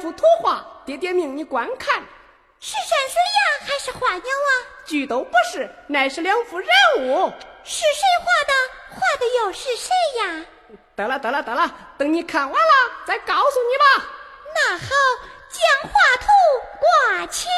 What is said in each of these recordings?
幅图画，爹爹命你观看。 是山水呀，还是画鸟啊？ 俱都不是，乃是2幅人物。 是谁画的？画的又是谁呀？ 得了，等你看完了再告诉你吧。 那好，将画图挂起。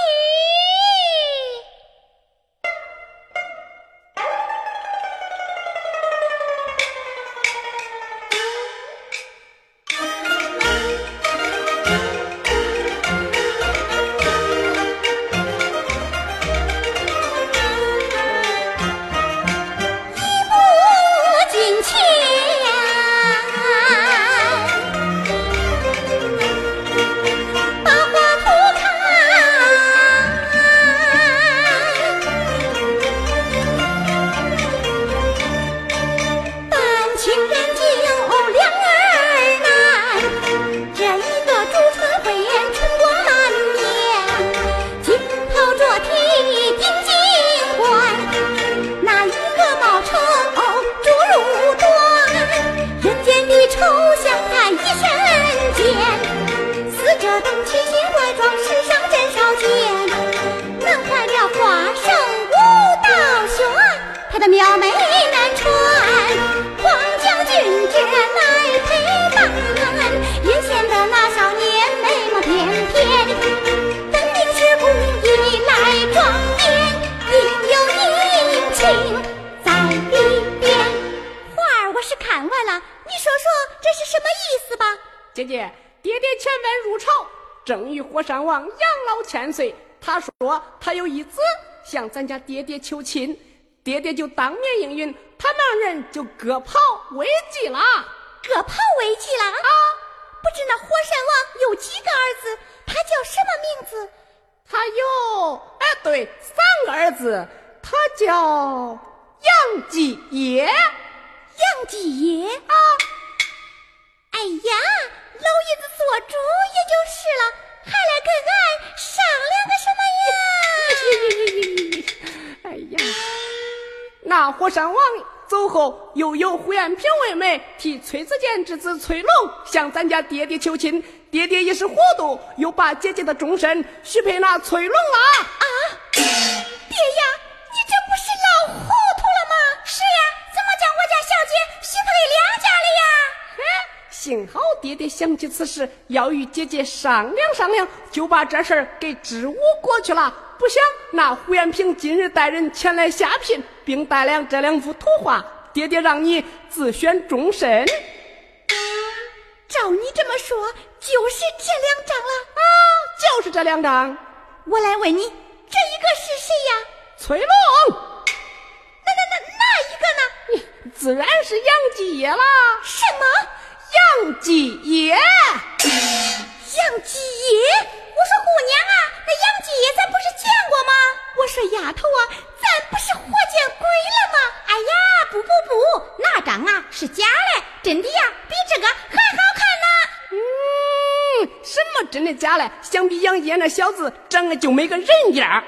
妙美难传，黄将军这来陪伴，眼前的那少年美貌翩翩，分明是故意来装点，另有隐情在里边。花儿我是看完了，你说说这是什么意思吧？ 姐姐，爹爹前晚入朝，正与火山王养老千岁，他说他有一子向咱家爹爹求亲，爹爹就当面应允，他两人就各跑为祭了。 各跑为祭了啊！不知那火山王有几个儿子？他叫什么名字？ 他有对，3个儿子，他叫杨继业。 杨继业啊！哎呀，老爷子做主也就是了，还来跟俺商量个什么呀？ 哎呀，那火山王走后，又有胡延平为媒，替崔子建之子崔龙向咱家爹爹求亲，爹爹一时糊涂，又把姐姐的终身许配那崔龙了。 啊，爹呀，你这不是老糊涂了吗？是呀，怎么将我家小姐许配两家了呀？ 幸好爹爹想起此事，要与姐姐商量商量，就把这事儿给支吾过去了。不想那胡延平今日带人前来下聘，并带来这2幅图画，爹爹让你自选终身。 照你这么说，就是这2张了啊，就是这2张。 我来问你，这一个是谁呀？ 崔龙。 那一个呢？ 自然是杨继业啦。 什么？ 杨继业？ 杨继业？我说姑娘啊，那杨继业咱不是见过吗？我说丫头啊，咱不是活见鬼了吗？ 哎呀，不，那张啊是假的，真的呀比这个还好看呢。 什么真的假的？想必杨继业那小子长得就没个人样。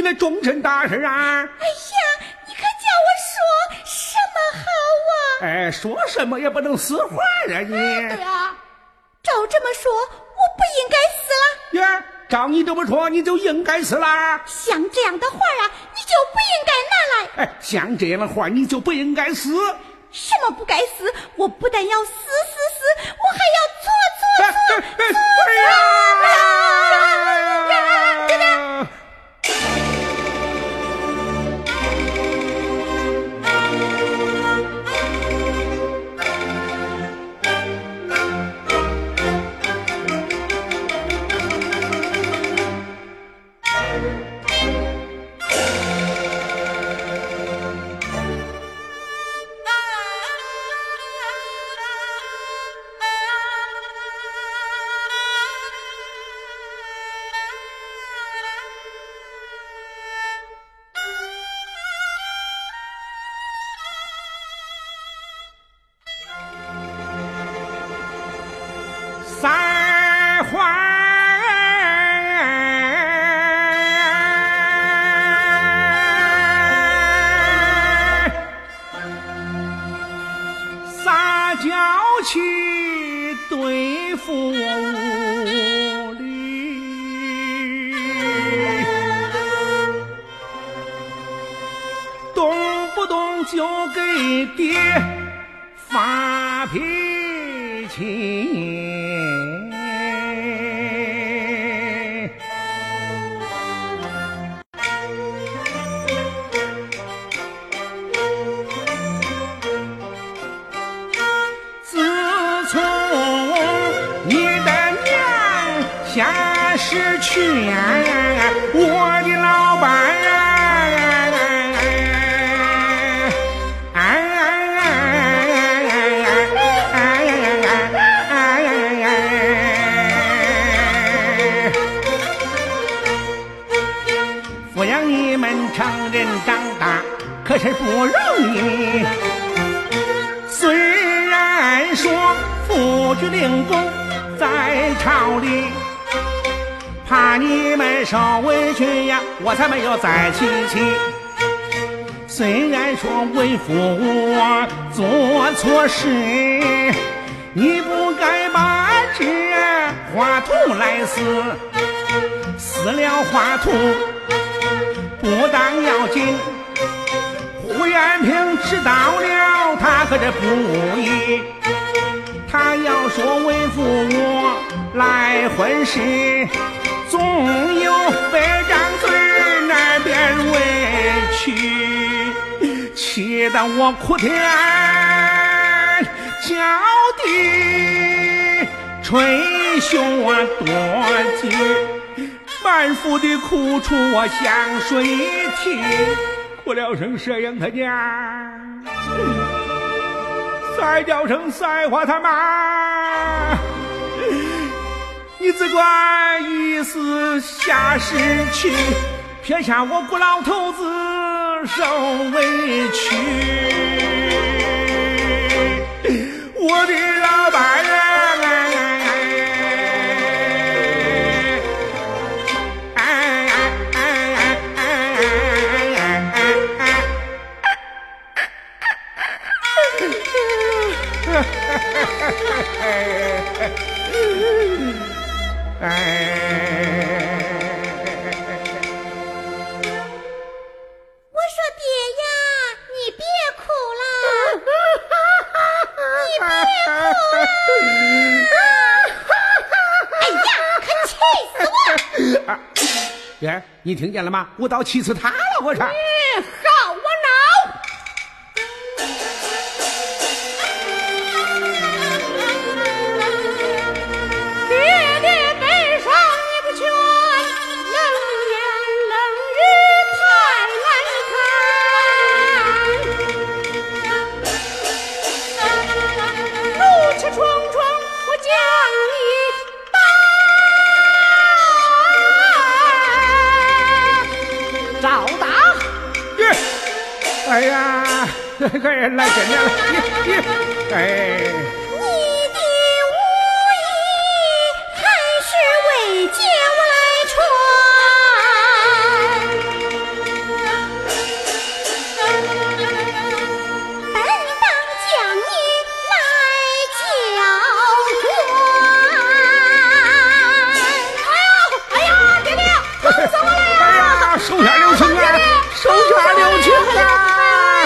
的终身大事啊！ 哎呀，你可叫我说什么好啊？ 哎，说什么也不能死话啊你！ 对啊， 照这么说，我不应该死了。 呀，照你这么说，你就应该死啦！ 像这样的话啊，你就不应该拿来。 哎，像这样的话，你就不应该死。 什么不该死？我不但要死，我还要做。 三花撒娇气对付无理，动不动就给爹发脾气。下失去我的老伴抚养你们成人长大可是不容易，虽然说夫君令公在朝里，怕你们受委屈呀，我才没有再提起。虽然说为父我做错事，你不该把这华佗来死，死了华佗不当要紧。胡元平知道了，他可是不义。他要说为父我来婚事，总有非张嘴那边委屈，气得我哭天叫地捶胸啊多句，满腹的苦楚我向谁提？哭了声摄影他家，再叫声赛花他妈，你只管一时下失去，撇下我孤老头子受委屈。我的老伴儿我说爹呀，你别哭了，你别哭了！哎呀，可气死我了！ 爷，你听见了吗？我倒气死他了，我说。 好我闹！爹爹悲伤你不全，冷言冷语太难看，怒气冲冲我将你打，照打！ 哎呀，这个人来真的了，哎。 你的无意还是为借我来呀，手下留情啊，手下留情啊！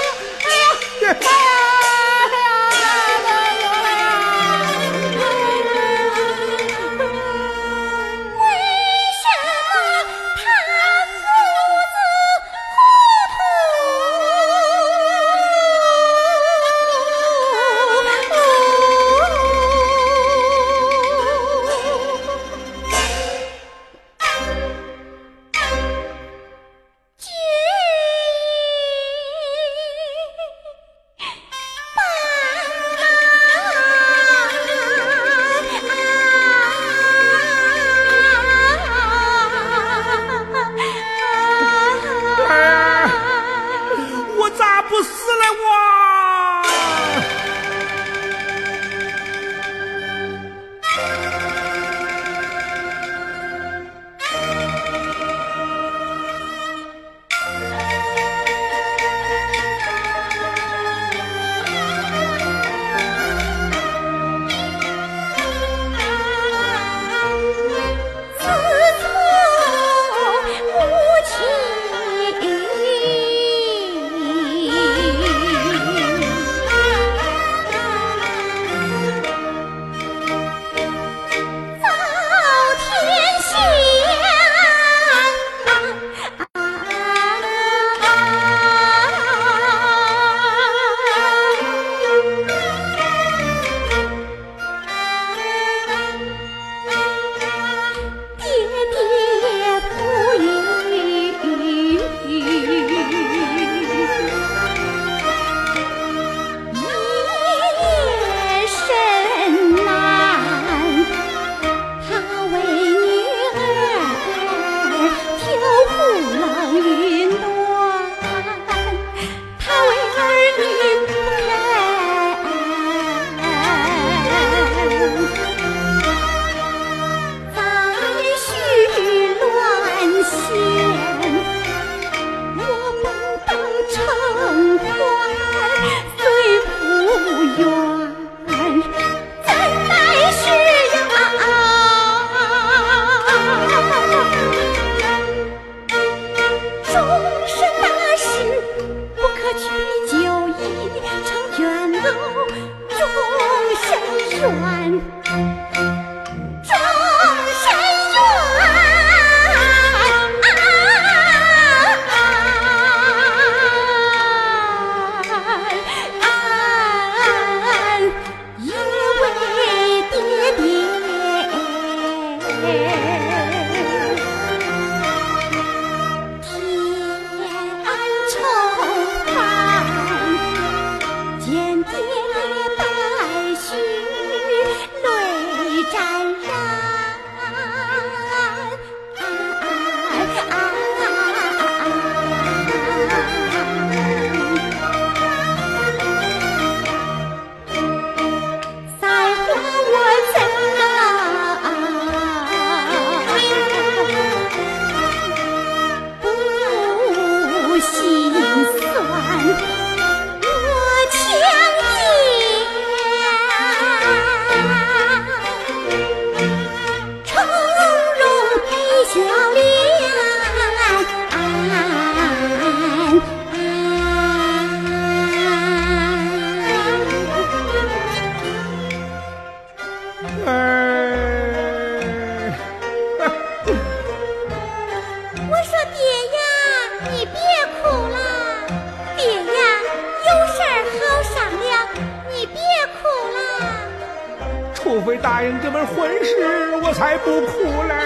除非答应这门婚事，我才不哭了。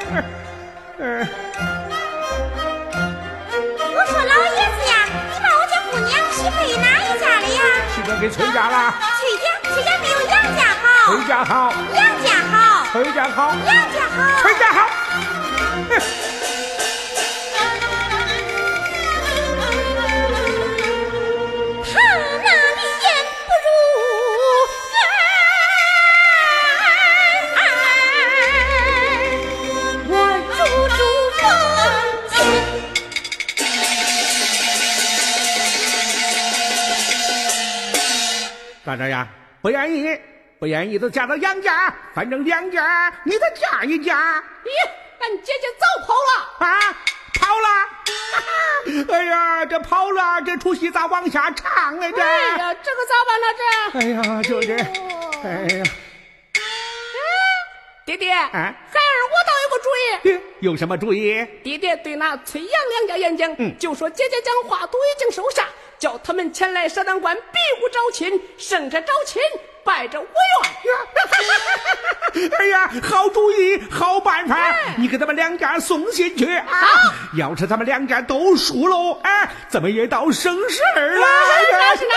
我说老爷子呀，你把我家姑娘许配哪一家了呀？ 许配给崔家了。 崔家没有杨家好。 崔家好。 杨家好。 崔家好。 杨家好。 崔家好。咋着呀？不愿意就嫁到杨家，反正两家你得嫁一家。 咦，俺姐姐早跑了啊！跑哎呀，这跑了，这出戏咋往下唱来着？ 哎呀，这个咋办呢？这， 哎呀，就是，哎呀， 爹爹， 哎， 孩儿我倒有个主意。 有什么主意？ 爹爹对那崔杨两家演讲，就说姐姐讲话都已经收下，叫他们前来舍当关比武招亲，胜者招亲，败者无怨。 哎呀，好主意，好办法！你给他们两家送信去啊！要是他们两家都输喽，哎，咱们也到省事儿了。 那是。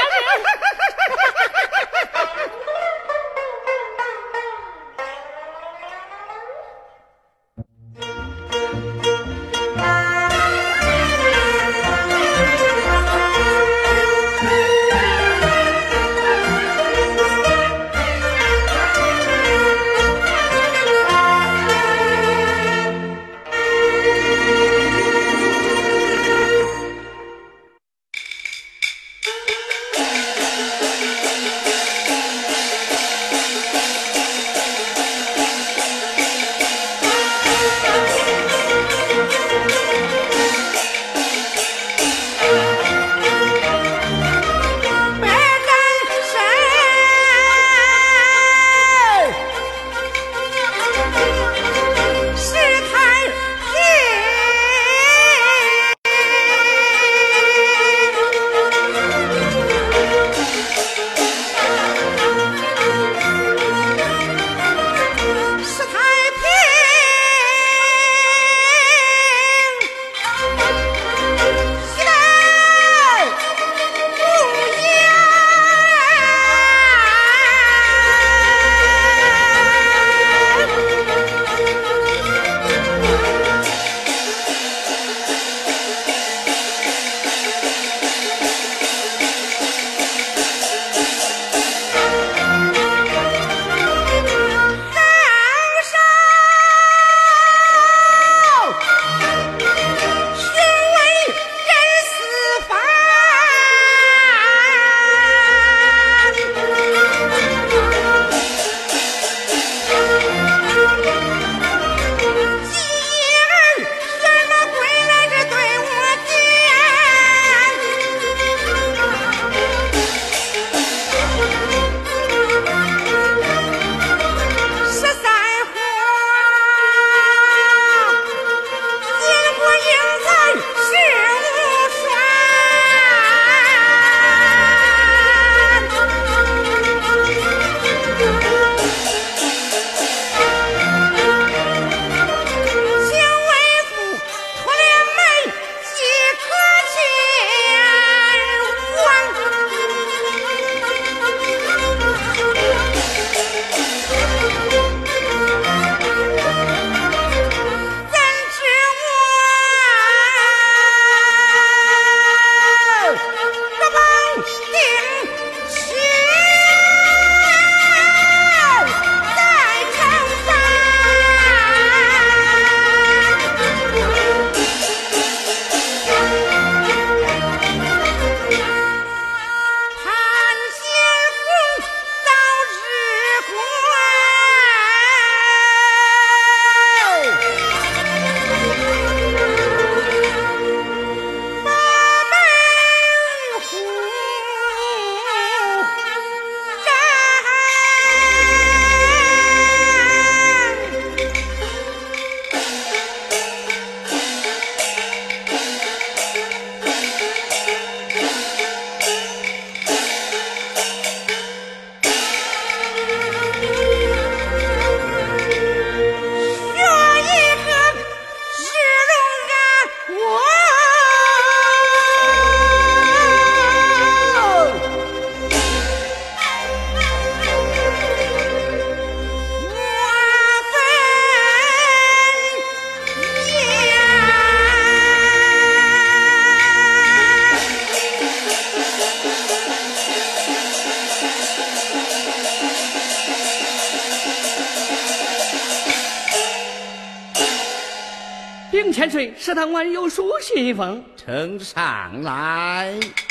禀千岁，石堂官有书信一封， 呈上来。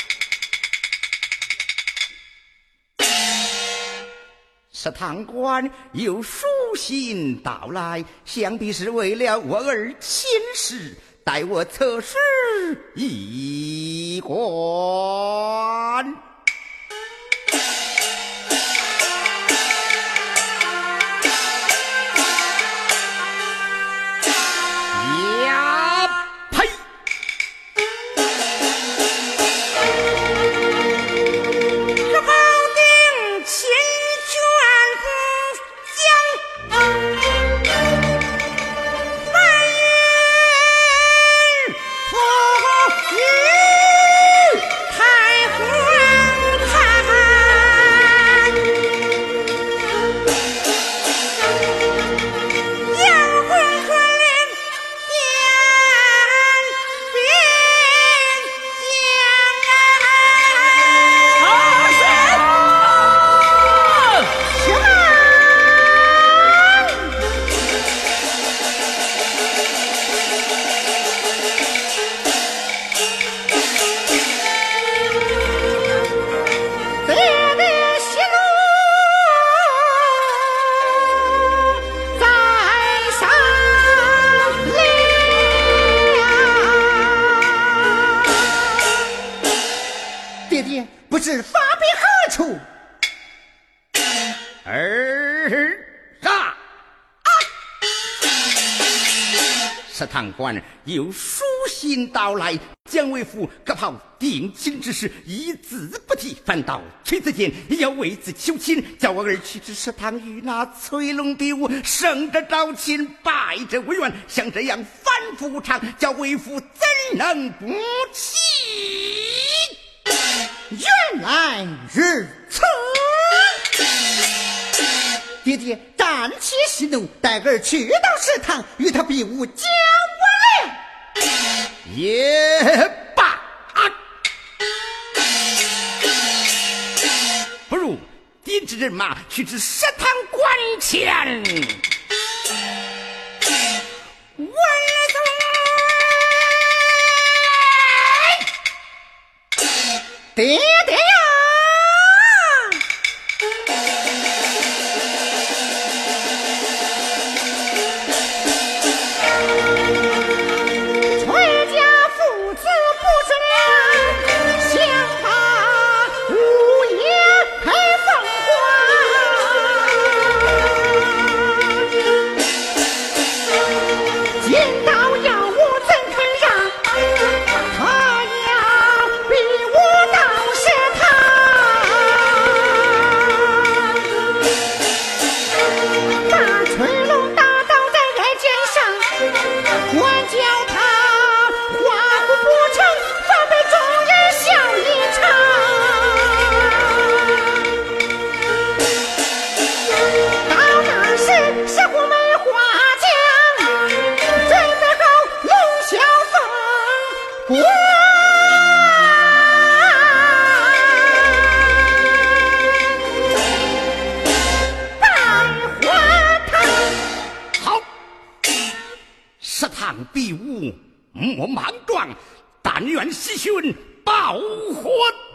石堂官有书信到来，想必是为了我儿亲事，待我测试一关。石堂官有书信到来，蒋为父各跑定亲之事一字不提，反倒崔子建也要为子求亲，叫我儿去至石堂与那崔龙比武，胜着招亲，败者为怨，像这样反复无常，叫为父怎能不气？ 原来如此。爹爹，暂且息怒，待儿去到食堂与他比武交我了。 也罢，不如点支人马去至食堂关前。文宗， 爹爹呀！ 比武莫莽撞，但愿西巡报火。